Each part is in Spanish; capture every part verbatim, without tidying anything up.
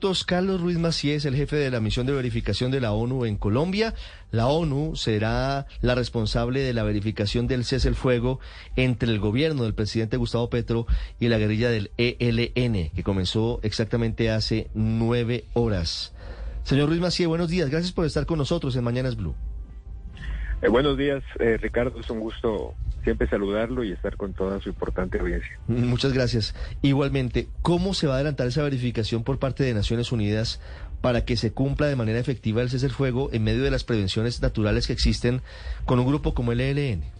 minutos. Carlos Ruiz Massieu es el jefe de la misión de verificación de la ONU en Colombia. La ONU será la responsable de la verificación del cese el fuego entre el gobierno del presidente Gustavo Petro y la guerrilla del E L N, que comenzó exactamente hace nueve horas. Señor Ruiz Massieu, buenos días. Gracias por estar con nosotros en Mañanas Blue. Eh, buenos días, eh, Ricardo. Es un gusto siempre saludarlo y estar con toda su importante audiencia. Muchas gracias. Igualmente, ¿cómo se va a adelantar esa verificación por parte de Naciones Unidas para que se cumpla de manera efectiva el cese el fuego en medio de las prevenciones naturales que existen con un grupo como el E L N?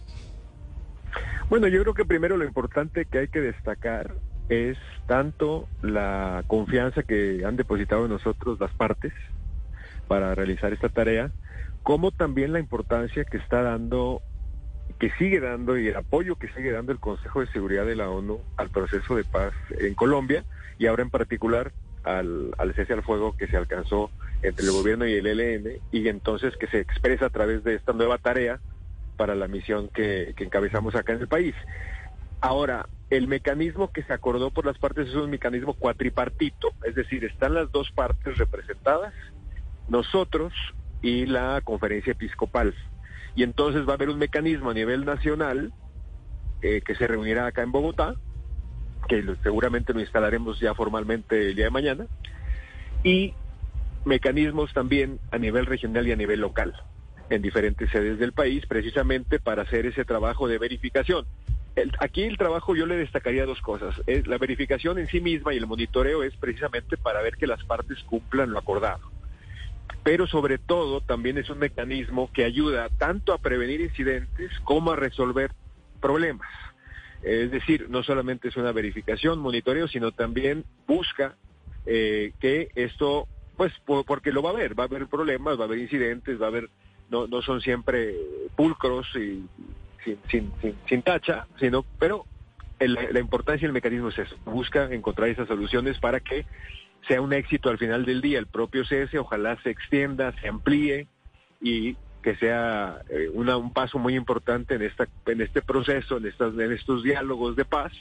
Bueno, yo creo que primero lo importante que hay que destacar es tanto la confianza que han depositado en nosotros las partes para realizar esta tarea, como también la importancia que está dando, que sigue dando y el apoyo que sigue dando el Consejo de Seguridad de la ONU al proceso de paz en Colombia y ahora en particular al, al cese al fuego que se alcanzó entre el gobierno y el E L N y entonces que se expresa a través de esta nueva tarea para la misión que, que encabezamos acá en el país. Ahora, el mecanismo que se acordó por las partes es un mecanismo cuatripartito, es decir, están las dos partes representadas, nosotros y la conferencia episcopal. Y entonces va a haber un mecanismo a nivel nacional eh, que se reunirá acá en Bogotá, que lo, seguramente lo instalaremos ya formalmente el día de mañana, y mecanismos también a nivel regional y a nivel local, en diferentes sedes del país, precisamente para hacer ese trabajo de verificación. El, aquí el trabajo yo le destacaría dos cosas. Es, la verificación en sí misma y el monitoreo es precisamente para ver que las partes cumplan lo acordado. Pero sobre todo también es un mecanismo que ayuda tanto a prevenir incidentes como a resolver problemas. Es decir, no solamente es una verificación, monitoreo, sino también busca eh, que esto, pues por, porque lo va a haber, va a haber problemas, va a haber incidentes, va a haber, no, no son siempre pulcros y sin, sin, sin, sin tacha, sino, pero el, la importancia del mecanismo es eso, busca encontrar esas soluciones para que sea un éxito al final del día, el propio cese, ojalá se extienda, se amplíe y que sea eh, una, un paso muy importante en esta en este proceso, en estas en estos diálogos de paz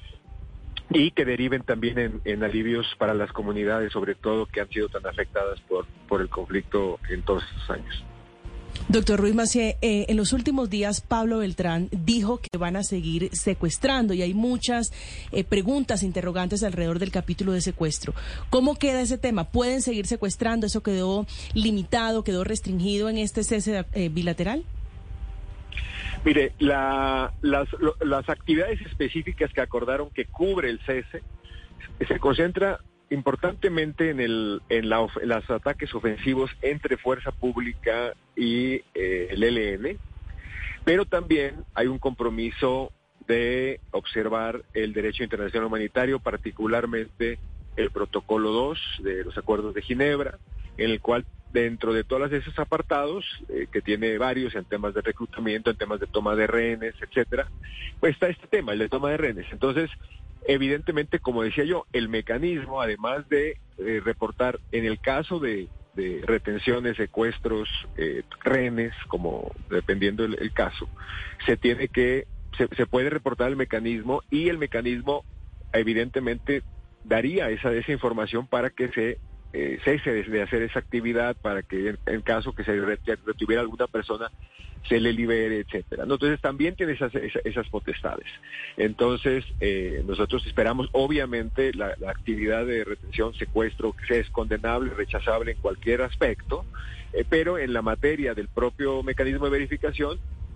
y que deriven también en, en alivios para las comunidades, sobre todo que han sido tan afectadas por, por el conflicto en todos estos años. Doctor Ruiz Massieu, eh, en los últimos días Pablo Beltrán dijo que van a seguir secuestrando y hay muchas eh, preguntas, interrogantes alrededor del capítulo de secuestro. ¿Cómo queda ese tema? ¿Pueden seguir secuestrando? ¿Eso quedó limitado, quedó restringido en este cese eh, bilateral? Mire, la, las, lo, las actividades específicas que acordaron que cubre el cese se concentra importantemente en el en, la, en los ataques ofensivos entre fuerza pública y eh, el E L N, pero también hay un compromiso de observar el derecho internacional humanitario, particularmente el protocolo dos de los acuerdos de Ginebra, en el cual dentro de todos esos apartados, eh, que tiene varios en temas de reclutamiento, en temas de toma de rehenes, etcétera, pues está este tema, el de toma de rehenes. Entonces, evidentemente, como decía yo, el mecanismo, además de eh, reportar en el caso de, de retenciones, secuestros, eh, rehenes, como dependiendo el, el caso, se tiene que, se, se puede reportar el mecanismo y el mecanismo evidentemente daría esa, esa información para que se eh, cese de, de hacer esa actividad, para que en, en caso que se retuviera alguna persona se le libere, etcétera. Entonces también tiene esas, esas, esas potestades. Entonces eh, nosotros esperamos, obviamente, la, la actividad de retención, secuestro, que es condenable, rechazable en cualquier aspecto, eh, pero en la materia del propio mecanismo de verificación,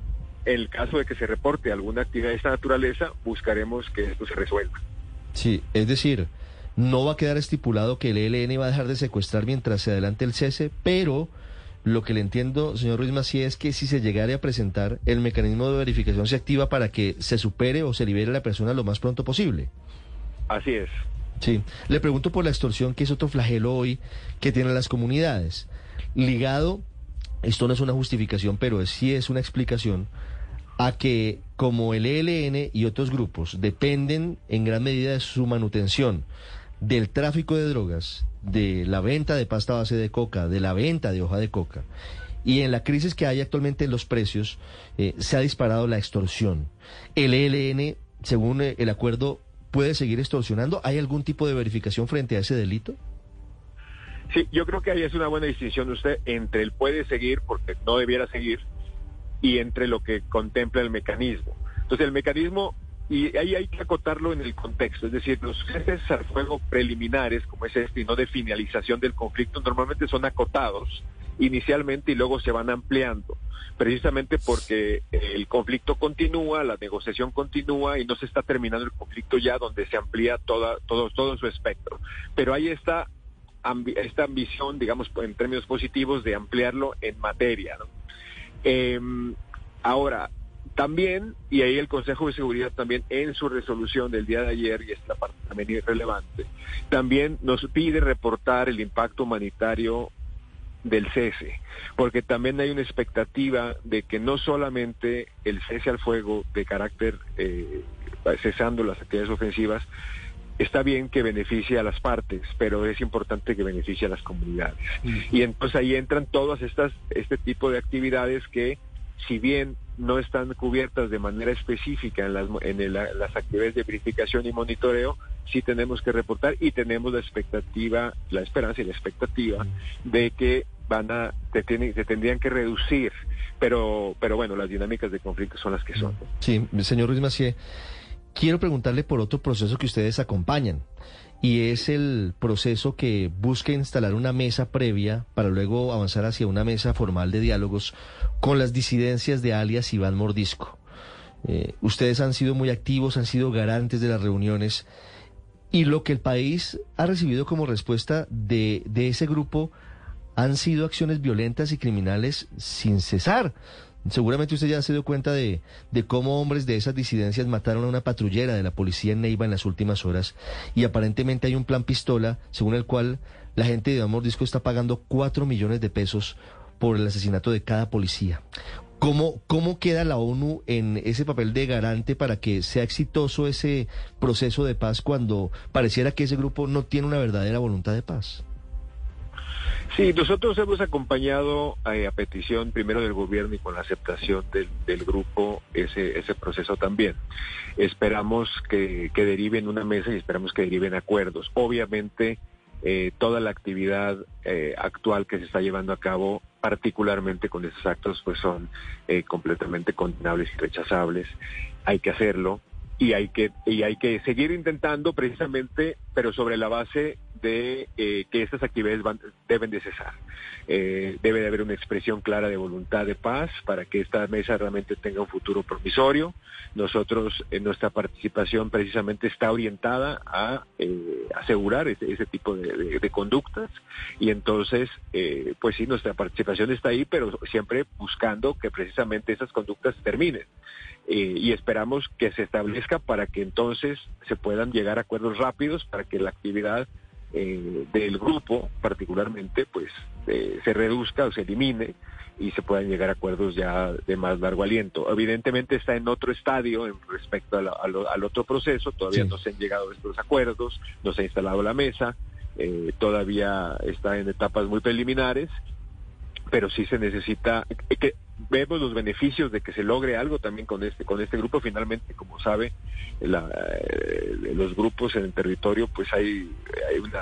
en el caso de que se reporte alguna actividad de esta naturaleza, buscaremos que esto se resuelva. Sí, es decir, no va a quedar estipulado que el E L N va a dejar de secuestrar mientras se adelante el cese, pero lo que le entiendo, señor Ruiz Massieu, es que si se llegara a presentar, el mecanismo de verificación se activa para que se supere o se libere a la persona lo más pronto posible. Así es. Sí. Le pregunto por la extorsión, que es otro flagelo hoy que tienen las comunidades. Ligado, esto no es una justificación, pero es, sí es una explicación, a que como el E L N y otros grupos dependen en gran medida de su manutención, del tráfico de drogas, de la venta de pasta base de coca, de la venta de hoja de coca, y en la crisis que hay actualmente en los precios, eh, se ha disparado la extorsión. El E L N, según eh, el acuerdo, ¿puede seguir extorsionando? ¿Hay algún tipo de verificación frente a ese delito? Sí, yo creo que ahí es una buena distinción usted entre el puede seguir, porque no debiera seguir, y entre lo que contempla el mecanismo. Entonces el mecanismo, y ahí hay que acotarlo en el contexto, es decir, los ceses al fuego preliminares, como es este, y no de finalización del conflicto, normalmente son acotados inicialmente y luego se van ampliando, precisamente porque el conflicto continúa, la negociación continúa y no se está terminando el conflicto ya donde se amplía toda, todo, todo su espectro. Pero ahí está ambi- esta ambición, digamos, en términos positivos, de ampliarlo en materia, ¿no? Eh, ahora, también, y ahí el Consejo de Seguridad también en su resolución del día de ayer, y esta parte también irrelevante, también nos pide reportar el impacto humanitario del cese, porque también hay una expectativa de que no solamente el cese al fuego de carácter eh, cesando las actividades ofensivas, está bien que beneficie a las partes, pero es importante que beneficie a las comunidades. Mm. Y entonces ahí entran todas estas, este tipo de actividades que, si bien no están cubiertas de manera específica en las, en el, las actividades de verificación y monitoreo, sí tenemos que reportar y tenemos la expectativa, la esperanza y la expectativa de que van a, se, tienen, se tendrían que reducir, pero, pero bueno, las dinámicas de conflicto son las que son. Sí, señor Ruiz Massieu, quiero preguntarle por otro proceso que ustedes acompañan, y es el proceso que busca instalar una mesa previa para luego avanzar hacia una mesa formal de diálogos con las disidencias de alias Iván Mordisco. Eh, ustedes han sido muy activos, han sido garantes de las reuniones, y lo que el país ha recibido como respuesta de, de ese grupo han sido acciones violentas y criminales sin cesar. Seguramente usted ya se dio cuenta de, de cómo hombres de esas disidencias mataron a una patrullera de la policía en Neiva en las últimas horas, y aparentemente hay un plan pistola según el cual la gente de Iván Mordisco está pagando cuatro millones de pesos por el asesinato de cada policía. ¿Cómo, ¿Cómo queda la ONU en ese papel de garante para que sea exitoso ese proceso de paz cuando pareciera que ese grupo no tiene una verdadera voluntad de paz? Sí, nosotros hemos acompañado eh, a petición primero del gobierno y con la aceptación del, del grupo ese ese proceso también. Esperamos que, que derive en una mesa y esperamos que derive en acuerdos. Obviamente, eh, toda la actividad eh, actual que se está llevando a cabo, particularmente con esos actos, pues son eh, completamente condenables y rechazables. Hay que hacerlo. Y hay que y hay que seguir intentando precisamente, pero sobre la base de eh, que estas actividades van, deben de cesar. Eh, debe de haber una expresión clara de voluntad de paz para que esta mesa realmente tenga un futuro promisorio. Nosotros, en nuestra participación precisamente está orientada a eh, asegurar ese, ese tipo de, de, de conductas, y entonces, eh, pues sí, nuestra participación está ahí, pero siempre buscando que precisamente esas conductas terminen. Eh, y esperamos que se establezca para que entonces se puedan llegar a acuerdos rápidos para que la actividad eh, del grupo particularmente pues eh, se reduzca o se elimine y se puedan llegar a acuerdos ya de más largo aliento. Evidentemente está en otro estadio en respecto a la, a lo, al otro proceso, todavía sí. No se han llegado a estos acuerdos, no se ha instalado la mesa, eh, todavía está en etapas muy preliminares, pero sí se necesita que vemos los beneficios de que se logre algo también con este con este grupo. Finalmente, como sabe, la, eh, los grupos en el territorio, pues hay hay una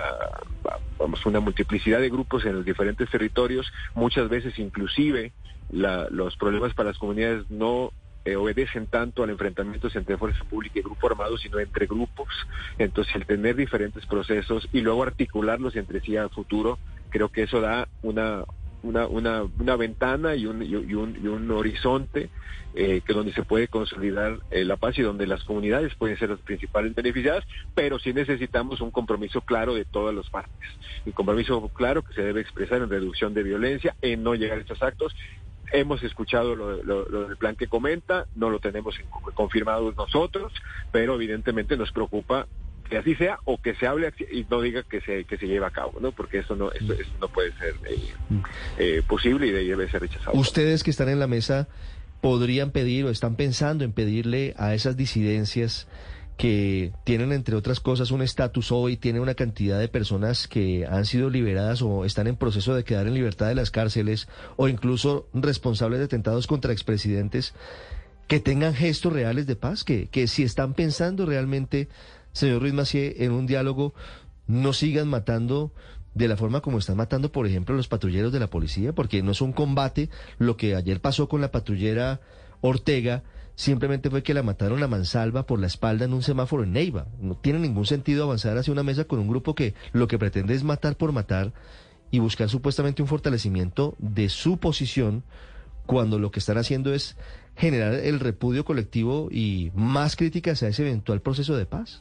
vamos una multiplicidad de grupos en los diferentes territorios. Muchas veces, inclusive, la, los problemas para las comunidades no eh, obedecen tanto al enfrentamiento entre fuerza pública y grupo armado, sino entre grupos. Entonces, el tener diferentes procesos y luego articularlos entre sí a futuro, creo que eso da una Una, una, una ventana y un, y un, y un horizonte eh, que donde se puede consolidar eh, la paz y donde las comunidades pueden ser las principales beneficiadas, pero sí necesitamos un compromiso claro de todas las partes. Un compromiso claro que se debe expresar en reducción de violencia, en no llegar a estos actos. Hemos escuchado lo, lo, lo del plan que comenta, no lo tenemos confirmado nosotros, pero evidentemente nos preocupa que así sea, o que se hable y no diga que se que se lleve a cabo, ¿no? Porque eso no eso, eso no puede ser eh, eh, posible y debe ser rechazado. Ustedes que están en la mesa podrían pedir o están pensando en pedirle a esas disidencias que tienen, entre otras cosas, un estatus hoy, tienen una cantidad de personas que han sido liberadas o están en proceso de quedar en libertad de las cárceles, o incluso responsables de atentados contra expresidentes, que tengan gestos reales de paz, que, que si están pensando realmente, señor Ruiz Massieu, en un diálogo, no sigan matando de la forma como están matando, por ejemplo, los patrulleros de la policía? Porque no es un combate. Lo que ayer pasó con la patrullera Ortega simplemente fue que la mataron a mansalva por la espalda en un semáforo en Neiva. No tiene ningún sentido avanzar hacia una mesa con un grupo que lo que pretende es matar por matar y buscar supuestamente un fortalecimiento de su posición, cuando lo que están haciendo es generar el repudio colectivo y más críticas a ese eventual proceso de paz.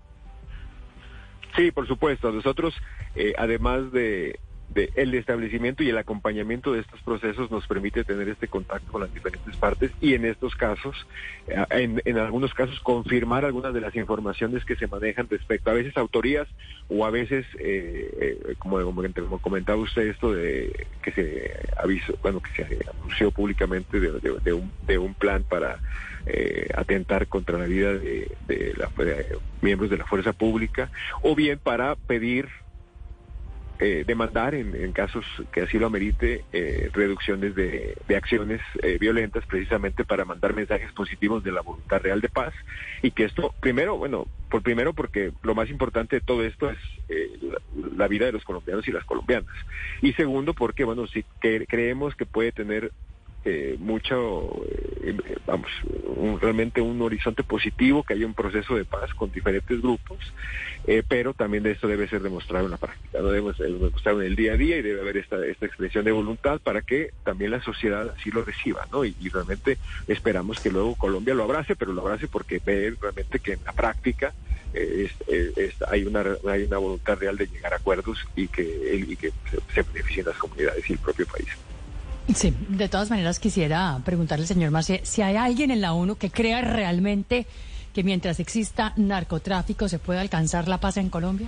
Sí, por supuesto. Nosotros, eh, además de, de el establecimiento y el acompañamiento de estos procesos, nos permite tener este contacto con las diferentes partes y en estos casos, eh, en, en algunos casos, confirmar algunas de las informaciones que se manejan respecto a veces autorías o a veces, eh, eh, como, como, como comentaba usted, esto de que se avisó, bueno, que se anunció públicamente de, de, de, un, de un plan para eh, atentar contra la vida de, de, la, de miembros de la fuerza pública, o bien para pedir Eh, demandar en, en casos que así lo amerite eh, reducciones de, de acciones eh, violentas, precisamente para mandar mensajes positivos de la voluntad real de paz, y que esto, primero, bueno, por primero porque lo más importante de todo esto es eh, la, la vida de los colombianos y las colombianas, y segundo porque, bueno, sí que creemos que puede tener Eh, mucho, eh, vamos, un, realmente un horizonte positivo, que haya un proceso de paz con diferentes grupos, eh, pero también de esto debe ser demostrado en la práctica, no debe ser demostrado en el día a día, y debe haber esta, esta expresión de voluntad para que también la sociedad así lo reciba, ¿no? Y, y realmente esperamos que luego Colombia lo abrace, pero lo abrace porque ve realmente que en la práctica eh, es, es, es, hay una hay una voluntad real de llegar a acuerdos y que, y que se, se beneficien las comunidades y el propio país. Sí, de todas maneras quisiera preguntarle al señor Macié si hay alguien en la ONU que crea realmente que mientras exista narcotráfico se puede alcanzar la paz en Colombia.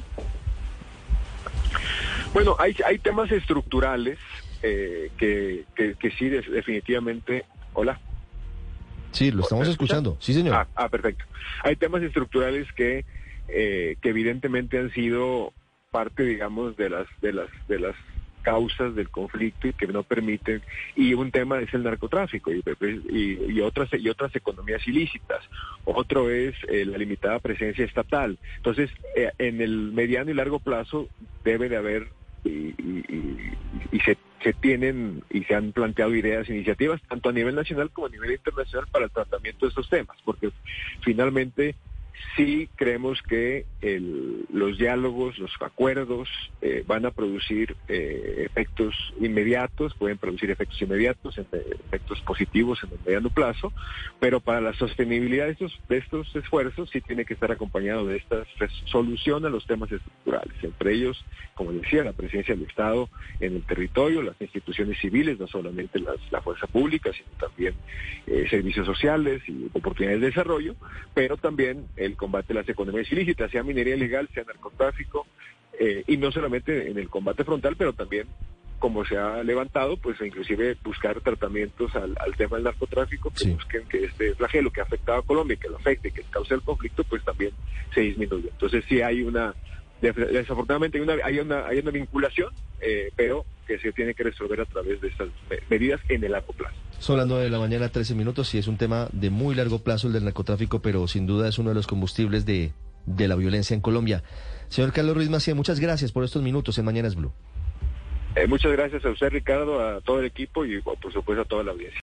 Bueno, hay, hay temas estructurales eh, que, que, que sí definitivamente... Hola. Sí, lo estamos escuchando. Sí, señor. Ah, ah, perfecto. Hay temas estructurales que, eh, que evidentemente han sido parte, digamos, de las de las de las causas del conflicto y que no permiten, y un tema es el narcotráfico y, y, y otras y otras economías ilícitas. Otro es eh, la limitada presencia estatal. Entonces, eh, en el mediano y largo plazo debe de haber y, y, y se, se tienen y se han planteado ideas, iniciativas, tanto a nivel nacional como a nivel internacional, para el tratamiento de estos temas, porque finalmente sí creemos que el, los diálogos, los acuerdos eh, van a producir eh, efectos inmediatos, pueden producir efectos inmediatos, efectos positivos en el mediano plazo, pero para la sostenibilidad de estos, de estos esfuerzos sí tiene que estar acompañado de esta solución a los temas estructurales, entre ellos, como decía, la presencia del Estado en el territorio, las instituciones civiles, no solamente las, la fuerza pública, sino también eh, servicios sociales y oportunidades de desarrollo, pero también el combate a las economías ilícitas, sea minería ilegal, sea narcotráfico, eh, y no solamente en el combate frontal, pero también, como se ha levantado, pues inclusive buscar tratamientos al, al tema del narcotráfico, que sí. busquen que este flagelo que ha afectado a Colombia, que lo afecte, que cause el conflicto, pues también se disminuya. Entonces sí hay una, desafortunadamente hay una, hay una, hay una vinculación, eh, pero que se tiene que resolver a través de estas medidas en el largo plazo. Son las nueve de la mañana, trece minutos, y es un tema de muy largo plazo el del narcotráfico, pero sin duda es uno de los combustibles de, de la violencia en Colombia. Señor Carlos Ruiz Macié, muchas gracias por estos minutos en Mañanas Blue. Eh, muchas gracias a usted, Ricardo, a todo el equipo y por supuesto a toda la audiencia.